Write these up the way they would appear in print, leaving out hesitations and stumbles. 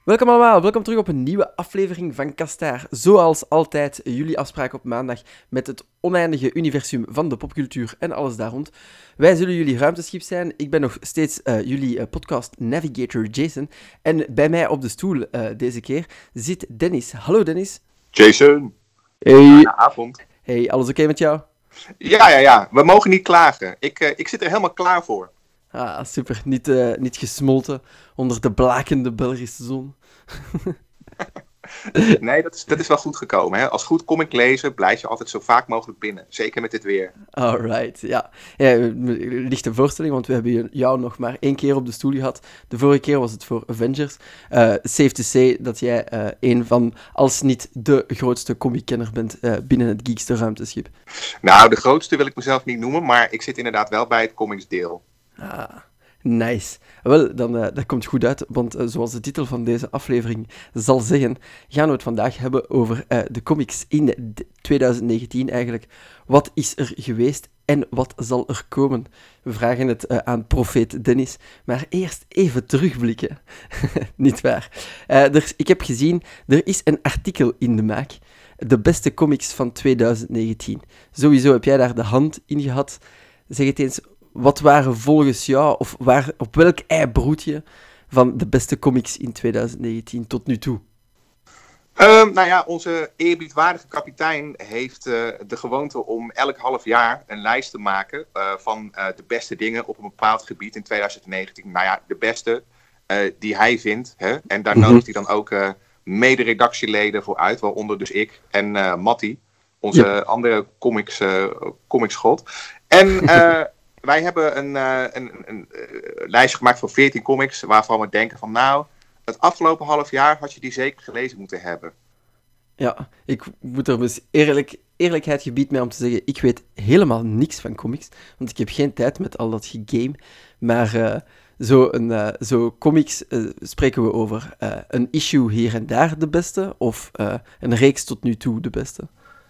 Welkom allemaal, welkom terug op een nieuwe aflevering van Kastaar. Zoals altijd, jullie afspraak op maandag met het oneindige universum van de popcultuur en alles daar rond. Wij zullen jullie ruimteschip zijn. Ik ben nog steeds jullie podcast navigator Jason. En bij mij op de stoel deze keer zit Dennis. Hallo Dennis. Jason, Hey. avond. Hey, alles oké met jou? Ja. We mogen niet klagen. Ik zit er helemaal klaar voor. Ah, super. Niet gesmolten onder de blakende Belgische zon. Nee, dat is wel goed gekomen. Hè? Als goed comic lezen blijf je altijd zo vaak mogelijk binnen. Zeker met dit weer. Alright, ja. Lichte voorstelling, want we hebben jou nog maar 1 keer op de stoel gehad. De vorige keer was het voor Avengers. Safe to say dat jij een van, als niet de grootste comic-kenner bent binnen het Geekster ruimteschip. Nou, de grootste wil ik mezelf niet noemen, maar ik zit inderdaad wel bij het comicsdeel. Ah, nice. Wel, dan dat komt goed uit, want zoals de titel van deze aflevering zal zeggen, gaan we het vandaag hebben over de comics in 2019 eigenlijk. Wat is er geweest en wat zal er komen? We vragen het aan profeet Dennis, maar eerst even terugblikken. Niet waar. Ik heb gezien, er is een artikel in de maak. De beste comics van 2019. Sowieso heb jij daar de hand in gehad. Zeg het eens, wat waren volgens jou, of op welk ei broed je van de beste comics in 2019 tot nu toe? Nou ja, onze eerbiedwaardige kapitein heeft de gewoonte om elk half jaar een lijst te maken van de beste dingen op een bepaald gebied in 2019. Nou ja, de beste die hij vindt. Hè? En daar nodigt hij dan ook mede-redactieleden voor uit, waaronder dus ik en Matty, onze andere comicsgod. En wij hebben een lijstje gemaakt van 14 comics, waarvan we denken van nou, het afgelopen half jaar had je die zeker gelezen moeten hebben. Ja, ik moet er dus eerlijkheid gebied mij om te zeggen, ik weet helemaal niks van comics, want ik heb geen tijd met al dat gegame, maar zo comics spreken we over een issue hier en daar de beste, of een reeks tot nu toe de beste?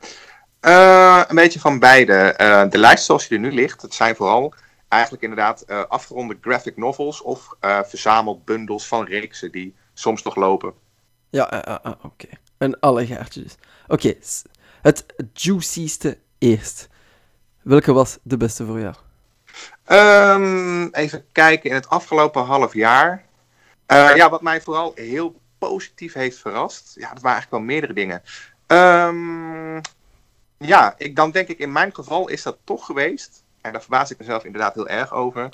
Een beetje van beide. De lijst zoals die er nu ligt, het zijn vooral eigenlijk inderdaad afgeronde graphic novels of verzameld bundels van reeksen die soms nog lopen. Ja, oké. Een allegaartje dus. Oké, het juicyste eerst. Welke was de beste voor jou? Even kijken, in het afgelopen half jaar. Wat mij vooral heel positief heeft verrast. Ja, dat waren eigenlijk wel meerdere dingen. Dan denk ik in mijn geval is dat toch geweest. En daar verbaas ik mezelf inderdaad heel erg over.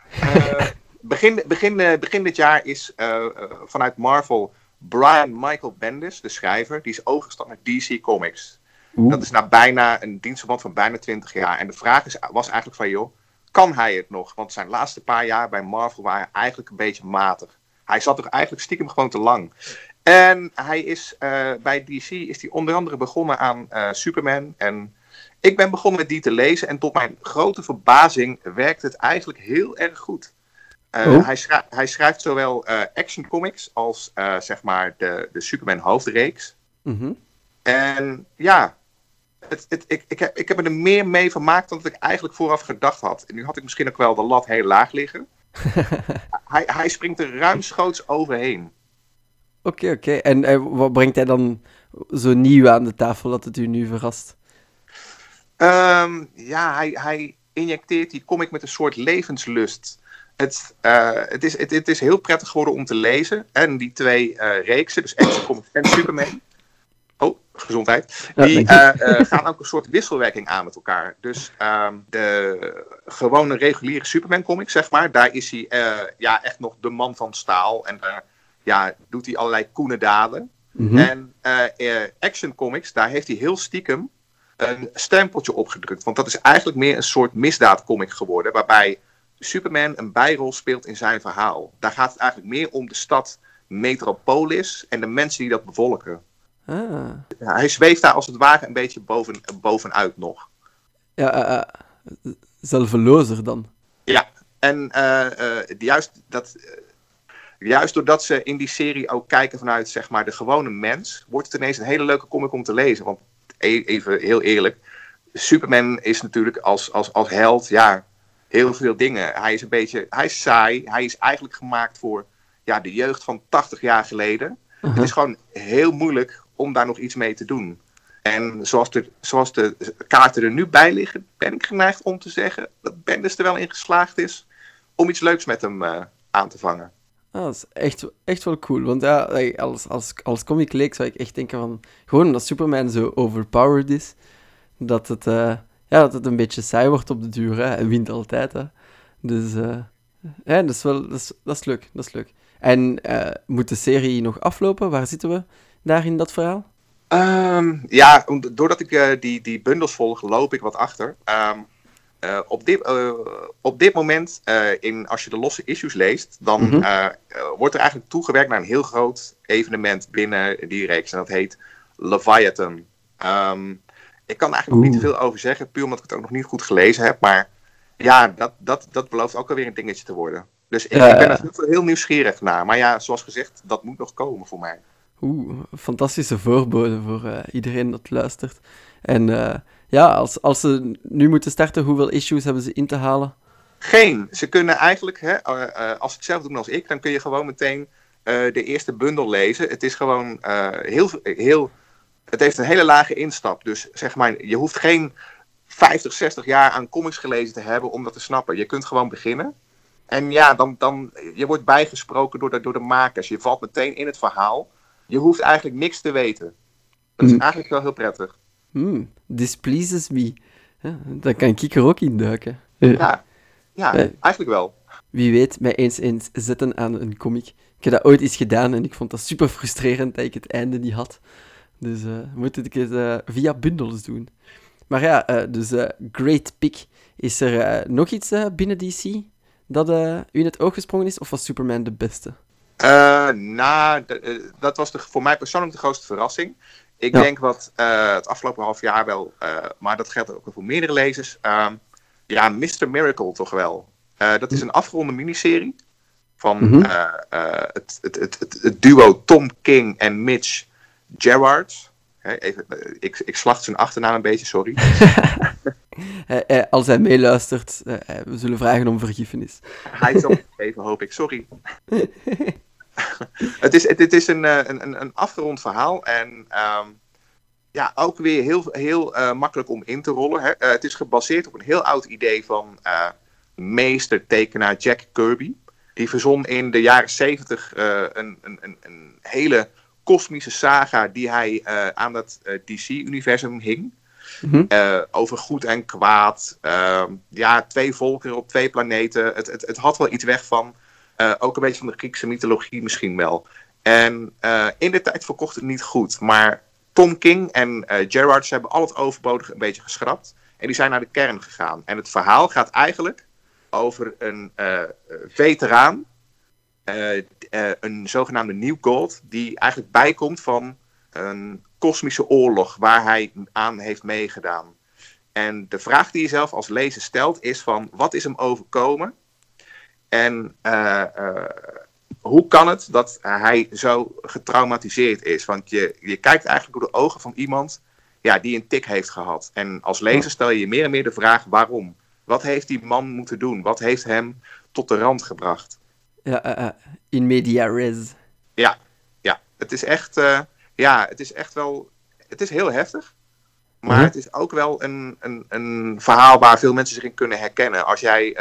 Begin dit jaar is vanuit Marvel Brian Michael Bendis, de schrijver, die is overgestapt naar DC Comics. Dat is na bijna een dienstverband van bijna 20 jaar. En de vraag was eigenlijk van, joh, kan hij het nog? Want zijn laatste paar jaar bij Marvel waren eigenlijk een beetje matig. Hij zat toch eigenlijk stiekem gewoon te lang. En hij is bij DC is hij onder andere begonnen aan Superman. En ik ben begonnen met die te lezen. En tot mijn grote verbazing werkt het eigenlijk heel erg goed. Hij schrijft zowel action comics als zeg maar de Superman hoofdreeks. Mm-hmm. En ja, ik heb er meer mee vermaakt dan dat ik eigenlijk vooraf gedacht had. En nu had ik misschien ook wel de lat heel laag liggen. Hij springt er ruimschoots overheen. Oké. En wat brengt hij dan zo nieuw aan de tafel dat het u nu verrast? Hij injecteert die comic met een soort levenslust. Het is heel prettig geworden om te lezen. En die twee reeksen, dus Action Comics en Superman. Oh, gezondheid. Die gaan ook een soort wisselwerking aan met elkaar. Dus de gewone reguliere Superman comic, zeg maar. Daar is hij echt nog de man van staal. En daar doet hij allerlei koene daden. Mm-hmm. En Action Comics, daar heeft hij heel stiekem een stempeltje opgedrukt. Want dat is eigenlijk meer een soort misdaadcomic geworden. Waarbij Superman een bijrol speelt in zijn verhaal. Daar gaat het eigenlijk meer om de stad Metropolis en de mensen die dat bevolken. Hij zweeft daar als het ware een beetje bovenuit nog. Ja, zelfvelozer dan. Ja, en juist doordat ze in die serie ook kijken vanuit zeg maar de gewone mens, wordt het ineens een hele leuke comic om te lezen. Want even heel eerlijk, Superman is natuurlijk als held, ja, heel veel dingen. Hij is saai. Hij is eigenlijk gemaakt voor ja, de jeugd van 80 jaar geleden. Het is gewoon heel moeilijk om daar nog iets mee te doen. En zoals de kaarten er nu bij liggen, ben ik geneigd om te zeggen dat Bendis er wel in geslaagd is om iets leuks met hem aan te vangen. Dat is echt wel cool. Want ja, als comic leek zou ik echt denken van... Gewoon omdat Superman zo overpowered is, dat het een beetje saai wordt op de duur. Hè. Hij wint altijd. Hè. Dus ja, dat is leuk. Dat is leuk. En moet de serie nog aflopen? Waar zitten we daar in dat verhaal? Ja, doordat ik die bundels volg, loop ik wat achter. Op dit moment, als je de losse issues leest, dan wordt er eigenlijk toegewerkt naar een heel groot evenement binnen die reeks. En dat heet Leviathan. Ik kan er eigenlijk nog niet te veel over zeggen, puur omdat ik het ook nog niet goed gelezen heb. Maar ja, dat belooft ook alweer een dingetje te worden. Dus ik ben er heel nieuwsgierig naar. Maar ja, zoals gezegd, dat moet nog komen voor mij. Fantastische voorbode voor iedereen dat luistert. En ja, als ze nu moeten starten, hoeveel issues hebben ze in te halen? Geen. Ze kunnen eigenlijk, als ze het zelf doen als ik, dan kun je gewoon meteen de eerste bundel lezen. Het is gewoon het heeft een hele lage instap. Dus zeg maar, je hoeft geen 50, 60 jaar aan comics gelezen te hebben om dat te snappen. Je kunt gewoon beginnen. En ja, dan je wordt bijgesproken door de makers. Je valt meteen in het verhaal. Je hoeft eigenlijk niks te weten. Dat is eigenlijk wel heel prettig. This pleases me. Ja, dan kan ik er ook in duiken. Ja, eigenlijk wel. Wie weet, mij eens zetten aan een comic. Ik heb dat ooit eens gedaan en ik vond dat super frustrerend dat ik het einde niet had. Dus moet ik het via bundels doen. Maar ja, dus great pick. Is er nog iets binnen DC dat u in het oog gesprongen is? Of was Superman de beste? Dat was voor mij persoonlijk de grootste verrassing. Ik denk wat het afgelopen half jaar wel, maar dat geldt ook voor meerdere lezers. Mr. Miracle toch wel. Dat is een afgeronde miniserie van het duo Tom King en Mitch Gerard. Ik slacht zijn achternaam een beetje, sorry. Als hij meeluistert, we zullen vragen om vergiffenis. Hij zal het even, hoop ik. Sorry. Het is een afgerond verhaal en ook weer heel makkelijk om in te rollen. Hè. Het is gebaseerd op een heel oud idee van meester-tekenaar Jack Kirby. Die verzon in de jaren 70 een hele kosmische saga die hij aan het DC-universum hing. Over goed en kwaad. 2 volkeren op 2 planeten. Het had wel iets weg van ook een beetje van de Griekse mythologie misschien wel. En in de tijd verkocht het niet goed. Maar Tom King en Gerard hebben al het overbodige een beetje geschrapt. En die zijn naar de kern gegaan. En het verhaal gaat eigenlijk over een veteraan. Een zogenaamde New God. Die eigenlijk bijkomt van een kosmische oorlog waar hij aan heeft meegedaan. En de vraag die je zelf als lezer stelt is van, wat is hem overkomen? En hoe kan het dat hij zo getraumatiseerd is? Want je kijkt eigenlijk door de ogen van iemand die een tik heeft gehad. En als lezer stel je meer en meer de vraag, waarom? Wat heeft die man moeten doen? Wat heeft hem tot de rand gebracht? In media res. Ja. Het is echt... het is echt wel... Het is heel heftig. Maar het is ook wel een verhaal waar veel mensen zich in kunnen herkennen. Als jij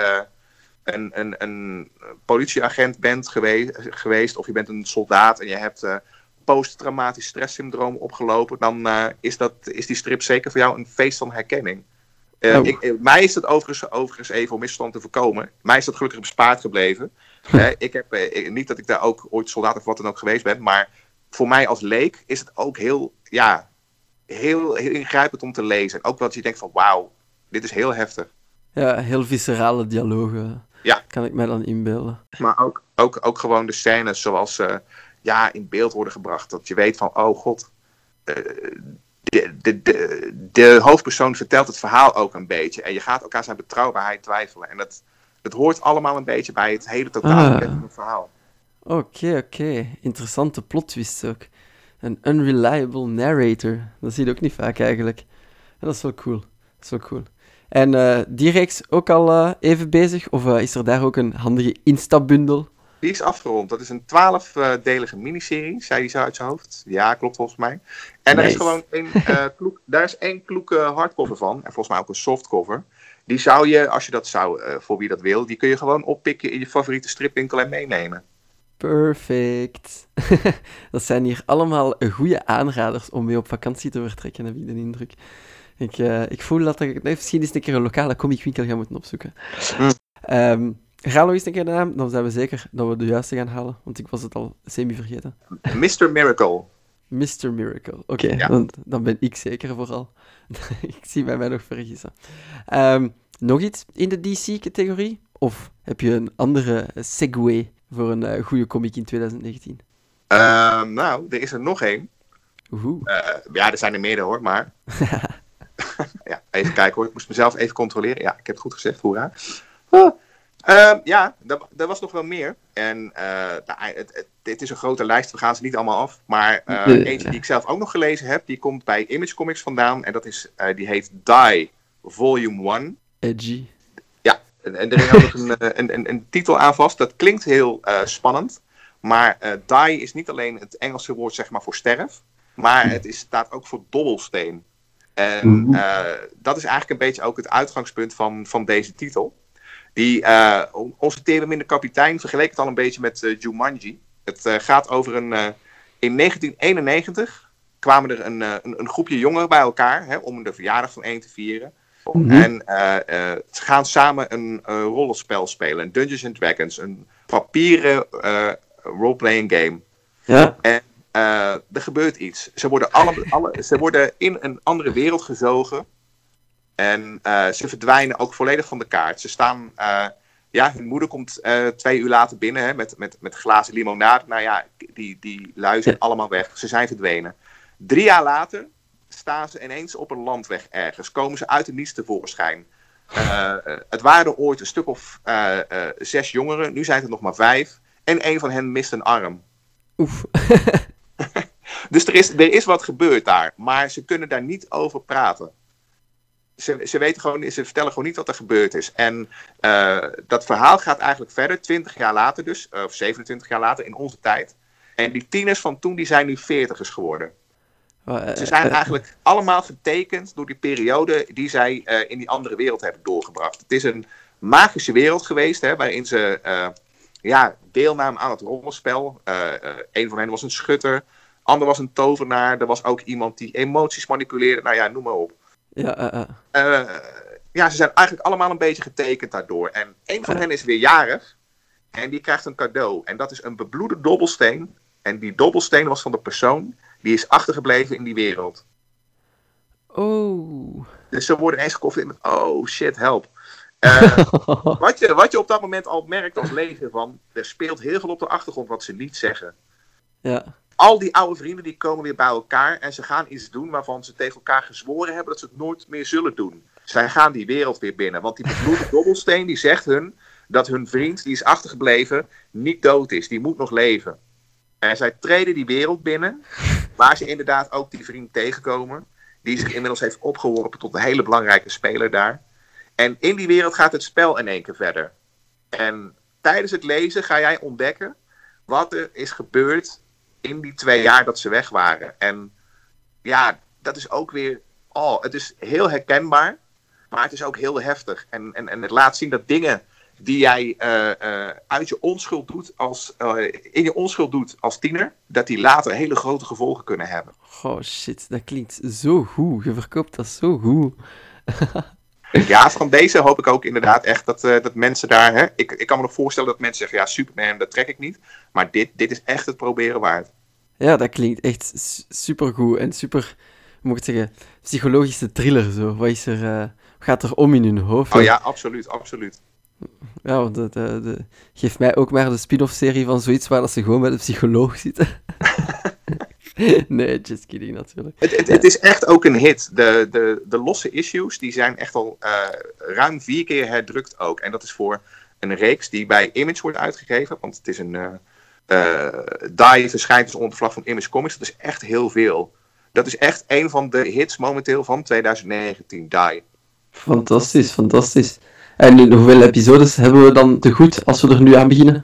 een politieagent bent geweest... of je bent een soldaat en je hebt posttraumatisch stresssyndroom opgelopen... dan is die strip zeker voor jou een feest van herkenning. Mij is het overigens even om misverstand te voorkomen... mij is dat gelukkig bespaard gebleven. Ik heb niet dat ik daar ook ooit soldaat of wat dan ook geweest ben... maar voor mij als leek is het ook heel ingrijpend om te lezen. En ook dat je denkt van wauw, dit is heel heftig. Ja, heel viscerale dialogen. Kan ik mij dan inbeelden. Maar ook gewoon de scènes zoals ze in beeld worden gebracht. Dat je weet van, oh god, de hoofdpersoon vertelt het verhaal ook een beetje. En je gaat elkaar zijn betrouwbaarheid twijfelen. En het hoort allemaal een beetje bij het hele totale van het verhaal. Oké. Interessante plot twist ook. Een unreliable narrator. Dat zie je ook niet vaak eigenlijk. En dat is wel cool. En die reeks ook al even bezig? Of is er daar ook een handige instapbundel? Die is afgerond. Dat is een 12-delige miniserie, zei hij zo uit zijn hoofd. Ja, klopt volgens mij. En er is gewoon één kloeke hardcover van. En volgens mij ook een softcover. Die zou je, als je dat zou, voor wie dat wil, die kun je gewoon oppikken in je favoriete stripwinkel en meenemen. Perfect. Dat zijn hier allemaal goede aanraders om mee op vakantie te vertrekken, heb ik de indruk. Ik voel dat ik misschien eens een keer een lokale comicwinkel ga moeten opzoeken. Ga nog eens een keer de naam, dan zijn we zeker dat we de juiste gaan halen, want ik was het al semi-vergeten. Mr. Miracle. Mr. Miracle, oké, Ja. dan ben ik zeker vooral. Ik zie mij nog vergissen. Nog iets in de DC-categorie? Of heb je een andere segue voor een goede comic in 2019? Nou, er is er nog één. Ja, er zijn er meerdere hoor, maar... Ja, even kijken hoor. Ik moest mezelf even controleren. Ja, ik heb het goed gezegd. Hoera. Ja, er was nog wel meer. En dit is een grote lijst. We gaan ze niet allemaal af. Maar eentje die ik zelf ook nog gelezen heb, die komt bij Image Comics vandaan. En dat is, die heet Die Volume 1. Edgy. Ja, en er is ook nog een titel aan vast. Dat klinkt heel spannend. Maar die is niet alleen het Engelse woord zeg maar voor sterf. Maar het staat ook voor dobbelsteen. En dat is eigenlijk een beetje ook het uitgangspunt van deze titel. Onze teerbeminne kapitein vergeleek het al een beetje met Jumanji. Het gaat over in 1991 kwamen er een groepje jongeren bij elkaar om de verjaardag van één te vieren. En ze gaan samen een rollenspel spelen, een Dungeons & Dragons, een papieren roleplaying game. Ja. En er gebeurt iets. Ze worden in een andere wereld gezogen. En ze verdwijnen ook volledig van de kaart. Ze staan... hun moeder komt 2 uur later binnen met glazen limonade. Nou ja, die lui zijn allemaal weg. Ze zijn verdwenen. 3 jaar later staan ze ineens op een landweg ergens. Komen ze uit het niets tevoorschijn. Het waren er ooit een stuk of 6 jongeren. Nu zijn het nog maar 5. En 1 van hen mist een arm. Oef. Dus er is wat gebeurd daar. Maar ze kunnen daar niet over praten. Ze vertellen gewoon niet wat er gebeurd is. En dat verhaal gaat eigenlijk verder, 20 jaar later dus, of 27 jaar later in onze tijd. En die tieners van toen, die zijn nu 40ers geworden. Ze zijn eigenlijk allemaal getekend door die periode die zij in die andere wereld hebben doorgebracht. Het is een magische wereld geweest, waarin ze deelnamen aan het rollenspel. Een van hen was een schutter, ander was een tovenaar, er was ook iemand die emoties manipuleerde, nou ja, noem maar op. Ze zijn eigenlijk allemaal een beetje getekend daardoor. En een van hen is weer jarig. En die krijgt een cadeau. En dat is een bebloede dobbelsteen. En die dobbelsteen was van de persoon die is achtergebleven in die wereld. Oh. Dus ze worden eens geconfronteerd met, oh shit, help. Wat je op dat moment al merkt als lezer van, er speelt heel veel op de achtergrond wat ze niet zeggen. Ja. Al die oude vrienden die komen weer bij elkaar en ze gaan iets doen waarvan ze tegen elkaar gezworen hebben dat ze het nooit meer zullen doen. Zij gaan die wereld weer binnen, want die bebloede dobbelsteen die zegt hun dat hun vriend, die is achtergebleven, niet dood is, die moet nog leven. En zij treden die wereld binnen, waar ze inderdaad ook die vriend tegenkomen, die zich inmiddels heeft opgeworpen tot een hele belangrijke speler daar. En in die wereld gaat het spel in één keer verder. En tijdens het lezen ga jij ontdekken wat er is gebeurd in die 2 jaar dat ze weg waren. En ja, dat is ook weer... het is heel herkenbaar, maar het is ook heel heftig. En het laat zien dat dingen die jij uit je onschuld doet in je onschuld doet als tiener, dat die later hele grote gevolgen kunnen hebben. Oh shit, dat klinkt zo goed. Je verkoopt dat zo goed. Ja, van deze hoop ik ook inderdaad echt dat mensen daar... Ik kan me nog voorstellen dat mensen zeggen, ja, Superman, dat trek ik niet. Maar dit is echt het proberen waard. Ja, dat klinkt echt supergoed en super, hoe moet ik het zeggen, psychologische thriller zo. Wat gaat er om in hun hoofd? Oh ja, absoluut, absoluut. Ja, want geef mij ook maar de spin-off-serie van zoiets waar dat ze gewoon met een psycholoog zitten. Nee, just kidding natuurlijk. Het is echt ook een hit. De losse issues die zijn echt al ruim 4 keer herdrukt ook. En dat is voor een reeks die bij Image wordt uitgegeven. Want het is een... Die verschijnt dus onder de vlag van Image Comics. Dat is echt heel veel. Dat is echt een van de hits momenteel van 2019, Die. Fantastisch, fantastisch. En hoeveel episodes hebben we dan te goed als we er nu aan beginnen?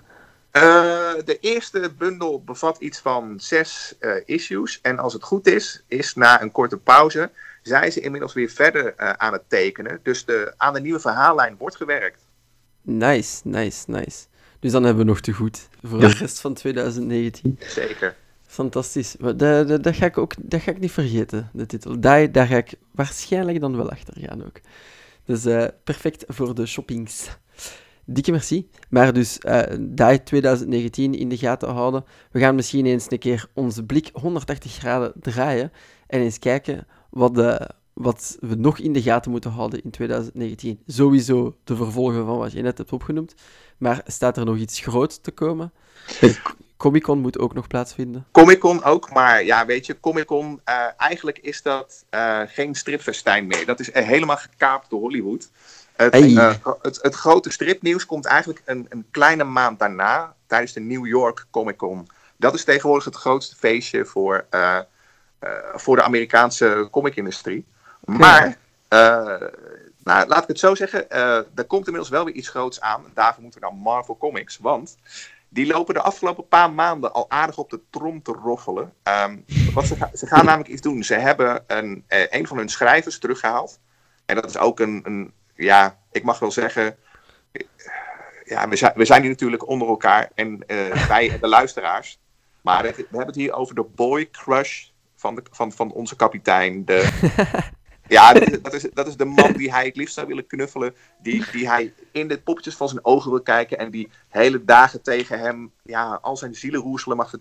De eerste bundel bevat iets van 6 issues. En als het goed is na een korte pauze, zijn ze inmiddels weer verder aan het tekenen. Dus aan de nieuwe verhaallijn wordt gewerkt. Nice. Dus dan hebben we nog te goed voor de rest van 2019. Zeker. Fantastisch. Dat ga ik niet vergeten, de titel. Daar ga ik waarschijnlijk dan wel achter gaan ook. Dus perfect voor de shoppings. Dikke merci. Maar dus Die 2019 in de gaten houden. We gaan misschien eens een keer onze blik 180 graden draaien en eens kijken wat we nog in de gaten moeten houden in 2019. Sowieso de vervolgen van wat je net hebt opgenoemd. Maar staat er nog iets groots te komen? Comic-Con moet ook nog plaatsvinden. Comic-Con ook, maar ja, weet je, Comic-Con, eigenlijk is dat geen stripfestijn meer. Dat is helemaal gekaapt door Hollywood. Het grote stripnieuws komt eigenlijk een kleine maand daarna, tijdens de New York Comic-Con. Dat is tegenwoordig het grootste feestje voor de Amerikaanse comic-industrie. Maar, laat ik het zo zeggen, er komt inmiddels wel weer iets groots aan. Daarvoor moeten we naar Marvel Comics, want die lopen de afgelopen paar maanden al aardig op de trom te roffelen. Ze gaan namelijk iets doen. Ze hebben een van hun schrijvers teruggehaald. En dat is ook ja, ik mag wel zeggen, ja, we zijn hier natuurlijk onder elkaar en wij en de luisteraars. Maar we hebben het hier over de boy crush van onze kapitein. Ja, dat is de man die hij het liefst zou willen knuffelen. Die hij in de poppetjes van zijn ogen wil kijken. En die hele dagen tegen hem al zijn zielenroerselen mag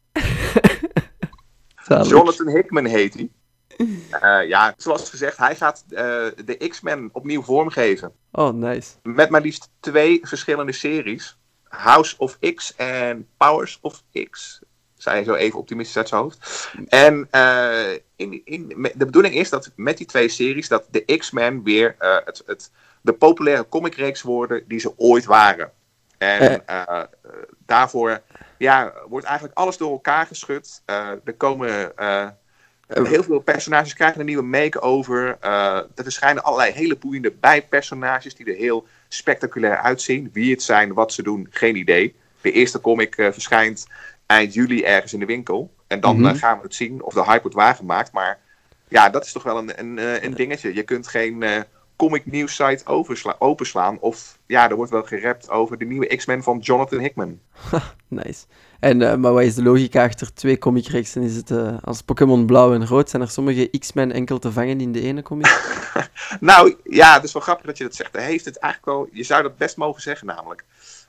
Jonathan Hickman heet hij. Zoals gezegd, hij gaat de X-Men opnieuw vormgeven. Oh, nice. Met maar liefst 2 verschillende series. House of X en Powers of X. Zei zo even optimistisch uit zijn hoofd. En de bedoeling is dat met die 2 series, dat de X-Men weer de populaire comicreeks worden die ze ooit waren. En daarvoor wordt eigenlijk alles door elkaar geschud. Er komen heel veel personages krijgen een nieuwe make-over. Er verschijnen allerlei hele boeiende bijpersonages die er heel spectaculair uitzien. Wie het zijn, wat ze doen, geen idee. De eerste comic verschijnt eind juli ergens in de winkel. En dan gaan we het zien of de hype wordt waargemaakt. Maar ja, dat is toch wel een dingetje. Je kunt geen comic news site openslaan. Of er wordt wel gerapt over de nieuwe X-Men van Jonathan Hickman. Nice. En maar wat is de logica achter 2 comicreeksen? Is het als Pokémon Blauw en Rood, zijn er sommige X-Men enkel te vangen in de ene comic? Nou, ja, het is wel grappig dat je dat zegt. Hij heeft het eigenlijk wel, je zou dat best mogen zeggen namelijk.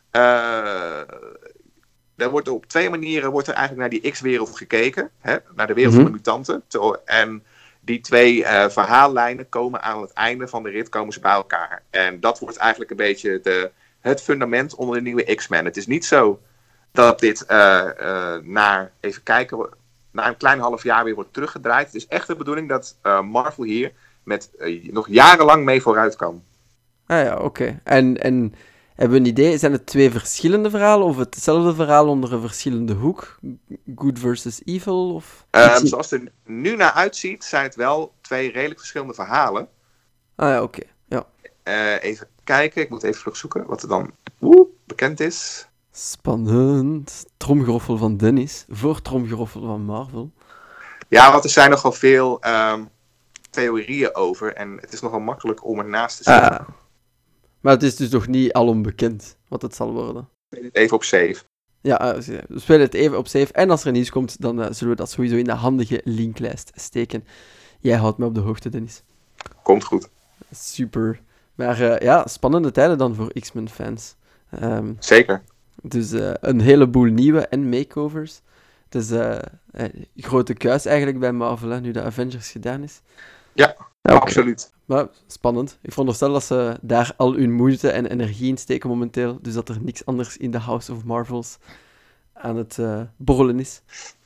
Er wordt op 2 manieren eigenlijk naar die X-wereld gekeken. Hè? Naar de wereld van de mutanten. En die 2 verhaallijnen komen aan het einde van de rit komen ze bij elkaar. En dat wordt eigenlijk een beetje het fundament onder de nieuwe X-Men. Het is niet zo dat dit na een klein half jaar weer wordt teruggedraaid. Het is echt de bedoeling dat Marvel hier met nog jarenlang mee vooruit kan. Ah ja, oké. En hebben we een idee, zijn het 2 verschillende verhalen of hetzelfde verhaal onder een verschillende hoek? Good versus evil? Of? Zoals het er nu naar uitziet, zijn het wel 2 redelijk verschillende verhalen. Ah ja, oké. Ja. Even kijken, ik moet even terugzoeken wat er dan bekend is. Spannend. Tromgeroffel van Dennis, voor tromgeroffel van Marvel. Ja, want er zijn nogal veel theorieën over en het is nogal makkelijk om ernaast te zitten. Maar het is dus nog niet alom bekend wat het zal worden. Even op save. Ja, we spelen het even op save. En als er nieuws komt, dan zullen we dat sowieso in de handige linklijst steken. Jij houdt me op de hoogte, Dennis. Komt goed. Super. Maar spannende tijden dan voor X-Men-fans. Zeker. Dus een heleboel nieuwe en makeovers. Het is een grote kuis eigenlijk bij Marvel, hè, nu de Avengers gedaan is. Ja, absoluut. Maar spannend. Ik veronderstel dat ze daar al hun moeite en energie in steken momenteel. Dus dat er niks anders in de House of Marvels aan het borrelen is.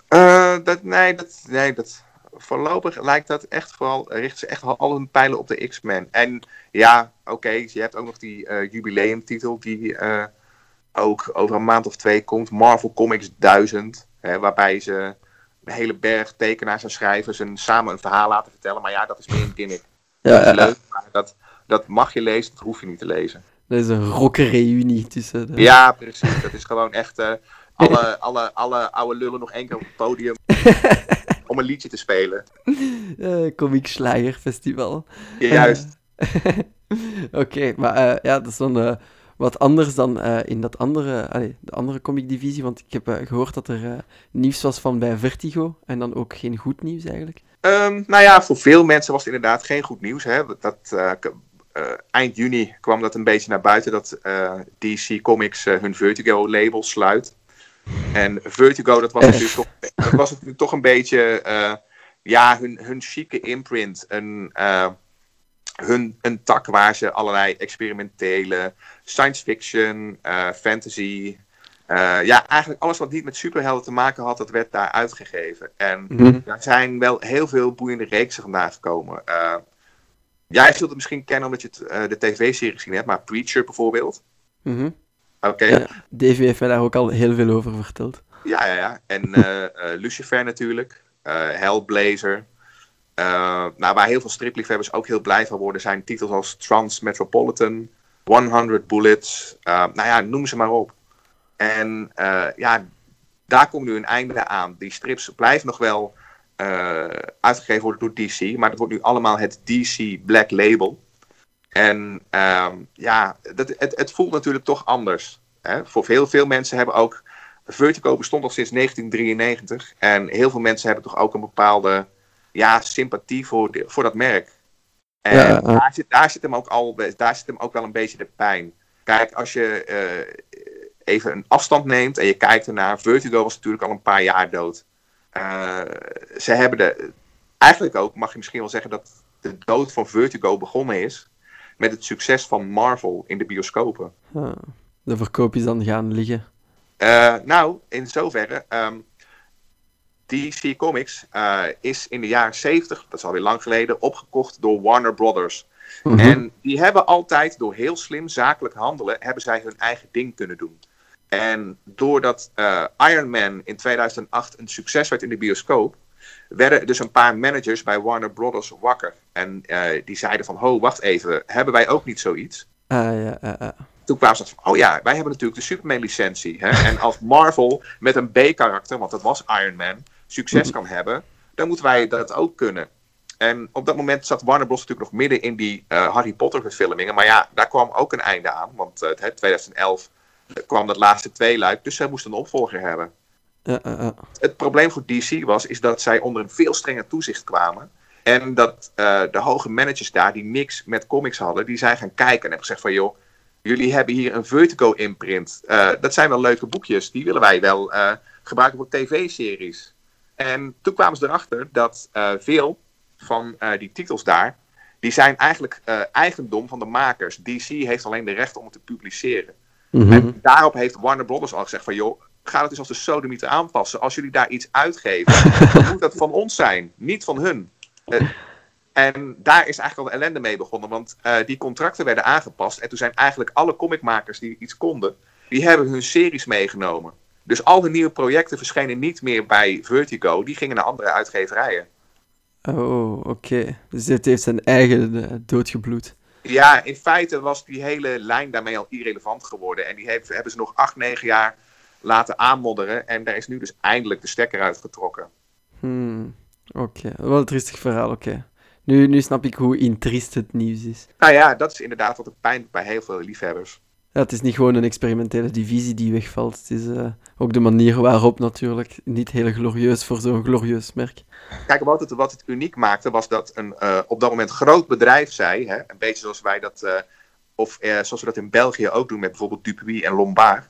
Voorlopig lijkt dat echt vooral, richten ze echt al hun pijlen op de X-Men. En ja, oké, je hebt ook nog die jubileumtitel die ook over een maand of 2 komt. Marvel Comics 1000, waarbij ze een hele berg tekenaars en schrijvers samen een verhaal laten vertellen. Maar ja, dat is meer een gimmick. Dat is leuk, maar dat mag je lezen, dat hoef je niet te lezen. Dat is een rockereunie tussen... Ja, precies. Dat is gewoon echt... alle oude lullen nog één keer op het podium om een liedje te spelen. Comic Slager Festival. Juist. Oké, maar ja, dat is dan wat anders dan in dat andere, de andere comicdivisie, want ik heb gehoord dat er nieuws was van bij Vertigo, en dan ook geen goed nieuws eigenlijk. Nou ja, voor veel mensen was het inderdaad geen goed nieuws. Hè? Eind juni kwam dat een beetje naar buiten dat DC Comics hun Vertigo-label sluit. En Vertigo, dat was natuurlijk toch een beetje hun chique imprint. Een tak waar ze allerlei experimentele science fiction, fantasy... eigenlijk alles wat niet met superhelden te maken had, dat werd daar uitgegeven. En er zijn wel heel veel boeiende reeksen vandaan gekomen. Jij zult het misschien kennen omdat je de tv-serie gezien hebt, maar Preacher bijvoorbeeld. Oké. Ja, Davy heeft mij daar ook al heel veel over verteld. Ja. En Lucifer natuurlijk. Hellblazer. Waar heel veel stripliefhebbers ook heel blij van worden, zijn titels als Transmetropolitan, 100 Bullets. Noem ze maar op. En daar komt nu een einde aan. Die strips blijven nog wel uitgegeven worden door DC, maar dat wordt nu allemaal het DC Black Label. En het voelt natuurlijk toch anders. Hè? Voor veel mensen hebben ook... Vertigo bestond al sinds 1993 en heel veel mensen hebben toch ook een bepaalde sympathie voor dat merk. En daar zit hem ook wel een beetje de pijn. Kijk, als je even een afstand neemt en je kijkt ernaar. Vertigo was natuurlijk al een paar jaar dood. Ze hebben eigenlijk ook, mag je misschien wel zeggen, dat de dood van Vertigo begonnen is met het succes van Marvel in de bioscopen. De verkoop is dan gaan liggen. In zoverre... DC Comics is in de jaren 70, dat is alweer lang geleden, opgekocht door Warner Brothers. En die hebben altijd, door heel slim zakelijk handelen, hebben zij hun eigen ding kunnen doen. En doordat Iron Man in 2008 een succes werd in de bioscoop, werden dus een paar managers bij Warner Brothers wakker. En die zeiden van, wacht even, hebben wij ook niet zoiets? Toen kwamen ze van, wij hebben natuurlijk de Superman-licentie. Hè? En als Marvel met een B-karakter, want dat was Iron Man, succes kan hebben, dan moeten wij dat ook kunnen. En op dat moment zat Warner Bros. Natuurlijk nog midden in die Harry Potter verfilmingen. Maar daar kwam ook een einde aan. Want 2011 kwam dat laatste tweeluik. Dus zij moesten een opvolger hebben. Het probleem voor DC is dat zij onder een veel strenger toezicht kwamen. En dat de hoge managers daar, die niks met comics hadden, die zijn gaan kijken en hebben gezegd van, joh, jullie hebben hier een Vertigo-imprint. Dat zijn wel leuke boekjes. Die willen wij wel gebruiken voor tv-series. En toen kwamen ze erachter dat veel van die titels daar, die zijn eigenlijk eigendom van de makers. DC heeft alleen de rechten om het te publiceren. En daarop heeft Warner Brothers al gezegd van, joh, ga dat dus als de sodemieter aanpassen. Als jullie daar iets uitgeven, dan moet dat van ons zijn, niet van hun. En daar is eigenlijk al de ellende mee begonnen, want die contracten werden aangepast. En toen zijn eigenlijk alle comicmakers die iets konden, die hebben hun series meegenomen. Dus al de nieuwe projecten verschenen niet meer bij Vertigo, die gingen naar andere uitgeverijen. Oh, oké. Dus dit heeft zijn eigen doodgebloed. Ja, in feite was die hele lijn daarmee al irrelevant geworden. En die hebben ze nog 8-9 jaar laten aanmodderen. En daar is nu dus eindelijk de stekker uitgetrokken. Oké. Wel een triestig verhaal, oké. Nu snap ik hoe intriest het nieuws is. Nou ja, dat is inderdaad wat de pijn doet bij heel veel liefhebbers. Ja, het is niet gewoon een experimentele divisie die wegvalt. Het is ook de manier waarop natuurlijk niet heel glorieus voor zo'n glorieus merk. Kijk, wat het uniek maakte was dat een op dat moment groot bedrijf zei, hè, een beetje zoals wij dat, zoals we dat in België ook doen met bijvoorbeeld Dupuis en Lombard.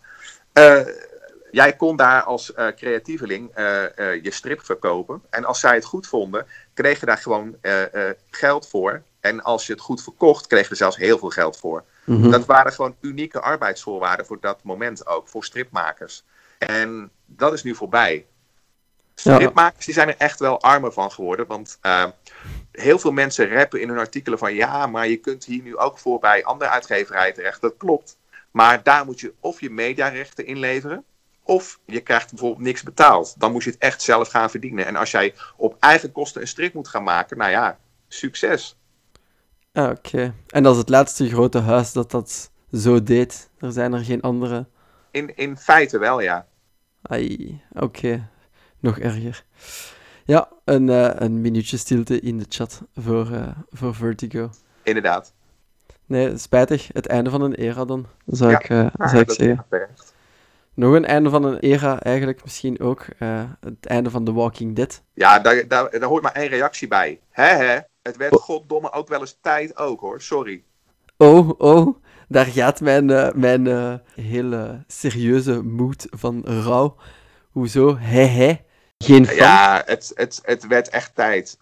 Jij kon daar als creatieveling je strip verkopen. En als zij het goed vonden, kreeg je daar gewoon geld voor. En als je het goed verkocht, kreeg je er zelfs heel veel geld voor. Dat waren gewoon unieke arbeidsvoorwaarden voor dat moment ook, voor stripmakers. En dat is nu voorbij. Stripmakers die zijn er echt wel armer van geworden. Want heel veel mensen rappen in hun artikelen van, ja, maar je kunt hier nu ook voor bij andere uitgeverijen terecht. Dat klopt. Maar daar moet je of je mediarechten inleveren, of je krijgt bijvoorbeeld niks betaald. Dan moet je het echt zelf gaan verdienen. En als jij op eigen kosten een strip moet gaan maken, nou ja, succes. Oké. En dat is het laatste grote huis dat zo deed. Er zijn er geen andere. In feite wel, ja. Ai, oké. Nog erger. Ja, een minuutje stilte in de chat voor Vertigo. Inderdaad. Nee, spijtig. Het einde van een era dan, zou Ja. ik Dat is zeggen. terecht. Nog een einde van een era eigenlijk misschien ook. Het einde van The Walking Dead. Ja, daar hoort maar één reactie bij. Hè? Het werd goddomme ook wel eens tijd ook, hoor. Sorry. Oh, daar gaat mijn hele serieuze moed van rouw. Hoezo? Geen fan? Ja, het werd echt tijd.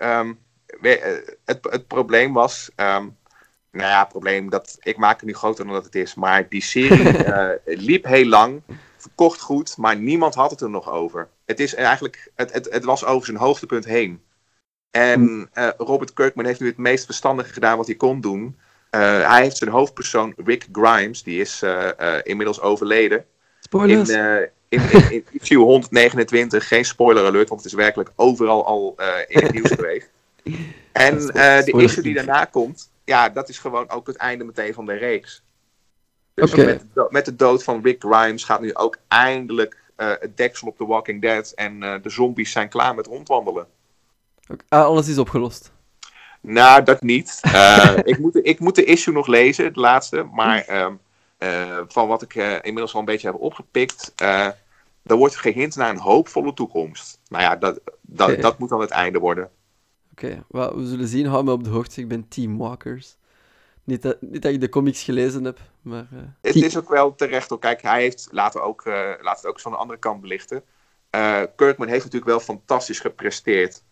Het probleem was... nou ja, probleem, ik maak het nu groter dan dat het is. Maar die serie liep heel lang, verkocht goed, maar niemand had het er nog over. Het is eigenlijk, het was over zijn hoogtepunt heen. En Robert Kirkman heeft nu het meest verstandige gedaan wat hij kon doen. Hij heeft zijn hoofdpersoon, Rick Grimes, die is inmiddels overleden. Spoilers. In issue 129, geen spoiler alert, want het is werkelijk overal al in het nieuws geweest. En de issue die daarna komt, ja, dat is gewoon ook het einde meteen van de reeks. Dus met de dood van Rick Grimes gaat nu ook eindelijk het deksel op The Walking Dead en de zombies zijn klaar met rondwandelen. Alles is opgelost. Nou, dat niet. Ik moet de issue nog lezen, de laatste. Maar van wat ik inmiddels al een beetje heb opgepikt, er wordt gehint naar een hoopvolle toekomst. Nou ja, dat moet dan het einde worden. Oké, we zullen zien. Hou me op de hoogte. Ik ben Team Walkers. Niet dat ik de comics gelezen heb, maar... Het is ook wel terecht hoor. Kijk, hij heeft, laten we het ook eens van de andere kant belichten. Kirkman heeft natuurlijk wel fantastisch gepresteerd.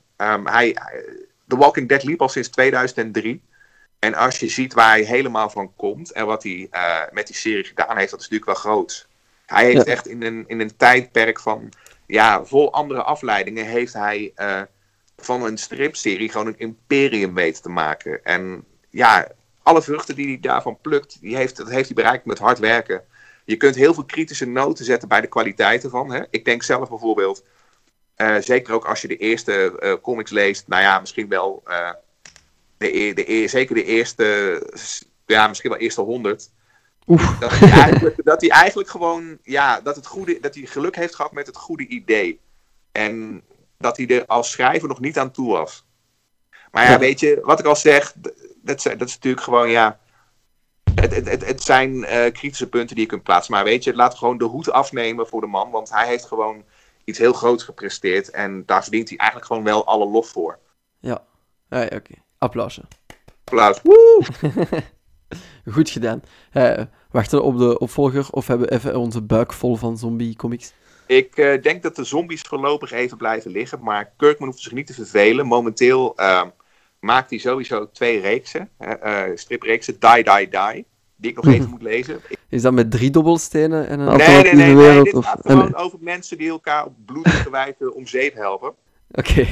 The Walking Dead liep al sinds 2003. En als je ziet waar hij helemaal van komt en wat hij met die serie gedaan heeft, dat is natuurlijk wel groot. Hij heeft echt in een tijdperk van, vol andere afleidingen, heeft hij van een stripserie gewoon een imperium weten te maken. En ja, alle vruchten die hij daarvan plukt, dat heeft hij bereikt met hard werken. Je kunt heel veel kritische noten zetten bij de kwaliteit ervan. Hè? Ik denk zelf bijvoorbeeld, zeker ook als je de eerste comics leest, nou ja, misschien wel zeker de eerste, misschien wel eerste 100. Dat hij eigenlijk gewoon, dat hij geluk heeft gehad met het goede idee. En dat hij er als schrijver nog niet aan toe was. Maar weet je, wat ik al zeg, dat is natuurlijk gewoon, het zijn kritische punten die je kunt plaatsen. Maar weet je, laat gewoon de hoed afnemen voor de man, want hij heeft gewoon iets heel groots gepresteerd. En daar verdient hij eigenlijk gewoon wel alle lof voor. Ja, oké. Applausje. Applaus. Woe! Goed gedaan. Wachten op de opvolger of hebben we even onze buik vol van zombie-comics? Ik denk dat de zombies voorlopig even blijven liggen, maar Kirkman hoeft zich niet te vervelen. Momenteel maakt hij sowieso 2 reeksen, stripreeksen, Die, die ik nog even moet lezen. Is dat met 3 dobbelstenen en een Nee, alternatieve wereld? dit gaat gewoon over mensen die elkaar op bloedige wijze om zeep helpen. Oké.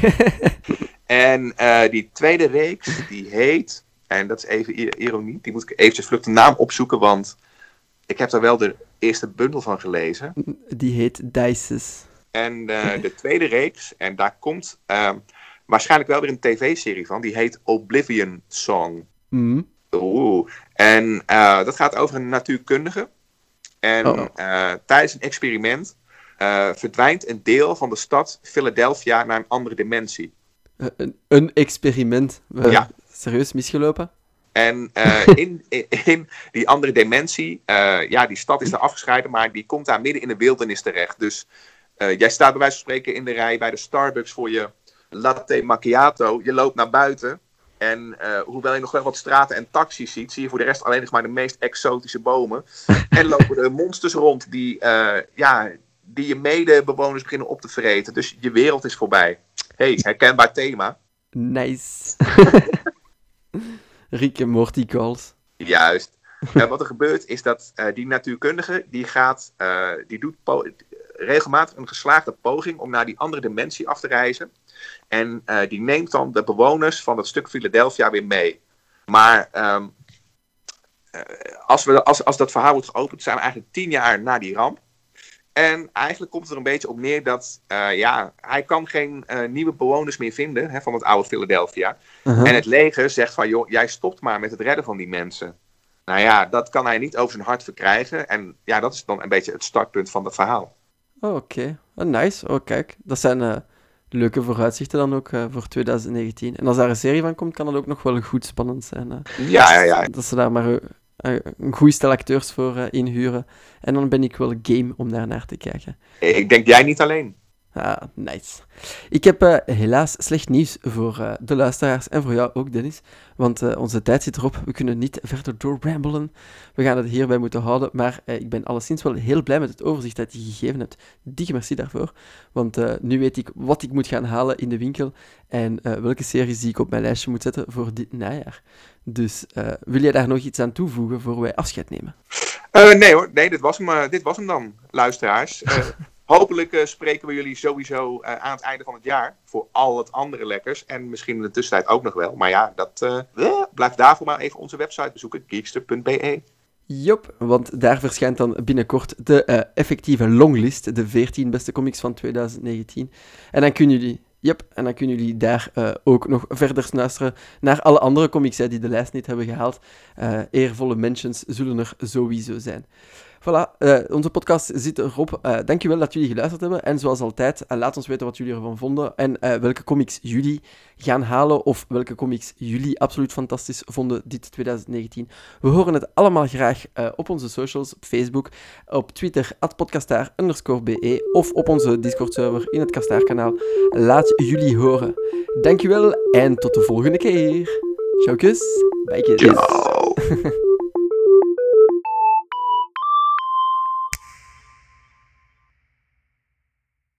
En die tweede reeks, die heet, en dat is even ironie, die moet ik eventjes vlug de naam opzoeken, want ik heb daar wel de eerste bundel van gelezen. Die heet Dices. En de tweede reeks, en daar komt waarschijnlijk wel weer een tv-serie van, die heet Oblivion Song. Oeh. En dat gaat over een natuurkundige. En tijdens een experiment verdwijnt een deel van de stad Philadelphia naar een andere dimensie. Een experiment? Serieus misgelopen? En in die andere dimensie, die stad is daar afgescheiden, maar die komt daar midden in de wildernis terecht. Dus jij staat bij wijze van spreken in de rij bij de Starbucks voor je latte macchiato. Je loopt naar buiten en hoewel je nog wel wat straten en taxis ziet, zie je voor de rest alleen nog maar de meest exotische bomen. En lopen er monsters rond die je medebewoners beginnen op te vreten. Dus je wereld is voorbij. Hey, herkenbaar thema. Nice. Rick en Morty calls. Juist. Wat er gebeurt is dat die natuurkundige, die doet regelmatig een geslaagde poging om naar die andere dimensie af te reizen. En die neemt dan de bewoners van dat stuk Philadelphia weer mee. Maar als dat verhaal wordt geopend, zijn we eigenlijk 10 jaar na die ramp. En eigenlijk komt het er een beetje op neer dat hij kan geen nieuwe bewoners meer vinden van het oude Philadelphia. En het leger zegt van, joh, jij stopt maar met het redden van die mensen. Nou ja, dat kan hij niet over zijn hart verkrijgen. En ja, dat is dan een beetje het startpunt van het verhaal. Oké. Nice. Oh, kijk. Dat zijn leuke vooruitzichten dan ook voor 2019. En als daar een serie van komt, kan dat ook nog wel goed spannend zijn. Ja. Dat ze daar maar een goed stel acteurs voor inhuren. En dan ben ik wel game om daar naar te kijken. Ik denk jij niet alleen. Ah, nice. Ik heb helaas slecht nieuws voor de luisteraars en voor jou ook, Dennis. Want onze tijd zit erop. We kunnen niet verder doorrambelen. We gaan het hierbij moeten houden. Maar ik ben alleszins wel heel blij met het overzicht dat je gegeven hebt. Dikke merci daarvoor. Want nu weet ik wat ik moet gaan halen in de winkel. En welke series die ik op mijn lijstje moet zetten voor dit najaar. Dus wil jij daar nog iets aan toevoegen voor wij afscheid nemen? Nee hoor, nee, dit was hem dan, luisteraars. Hopelijk spreken we jullie sowieso aan het einde van het jaar voor al het andere lekkers. En misschien in de tussentijd ook nog wel. Maar ja, blijf daarvoor maar even onze website bezoeken, geekster.be. Jop, want daar verschijnt dan binnenkort de effectieve longlist, de 14 beste comics van 2019. En dan kunnen jullie daar ook nog verder snuisteren naar alle andere comics die de lijst niet hebben gehaald. Eervolle mentions zullen er sowieso zijn. Voilà, onze podcast zit erop. Dankjewel dat jullie geluisterd hebben. En zoals altijd, laat ons weten wat jullie ervan vonden. En welke comics jullie gaan halen. Of welke comics jullie absoluut fantastisch vonden dit 2019. We horen het allemaal graag op onze socials. Op Facebook, op Twitter, @podcastaar_be. Of op onze Discord-server in het Kastaar-kanaal. Laat jullie horen. Dankjewel en tot de volgende keer. Ciao, kus. Bye, kids. Ciao.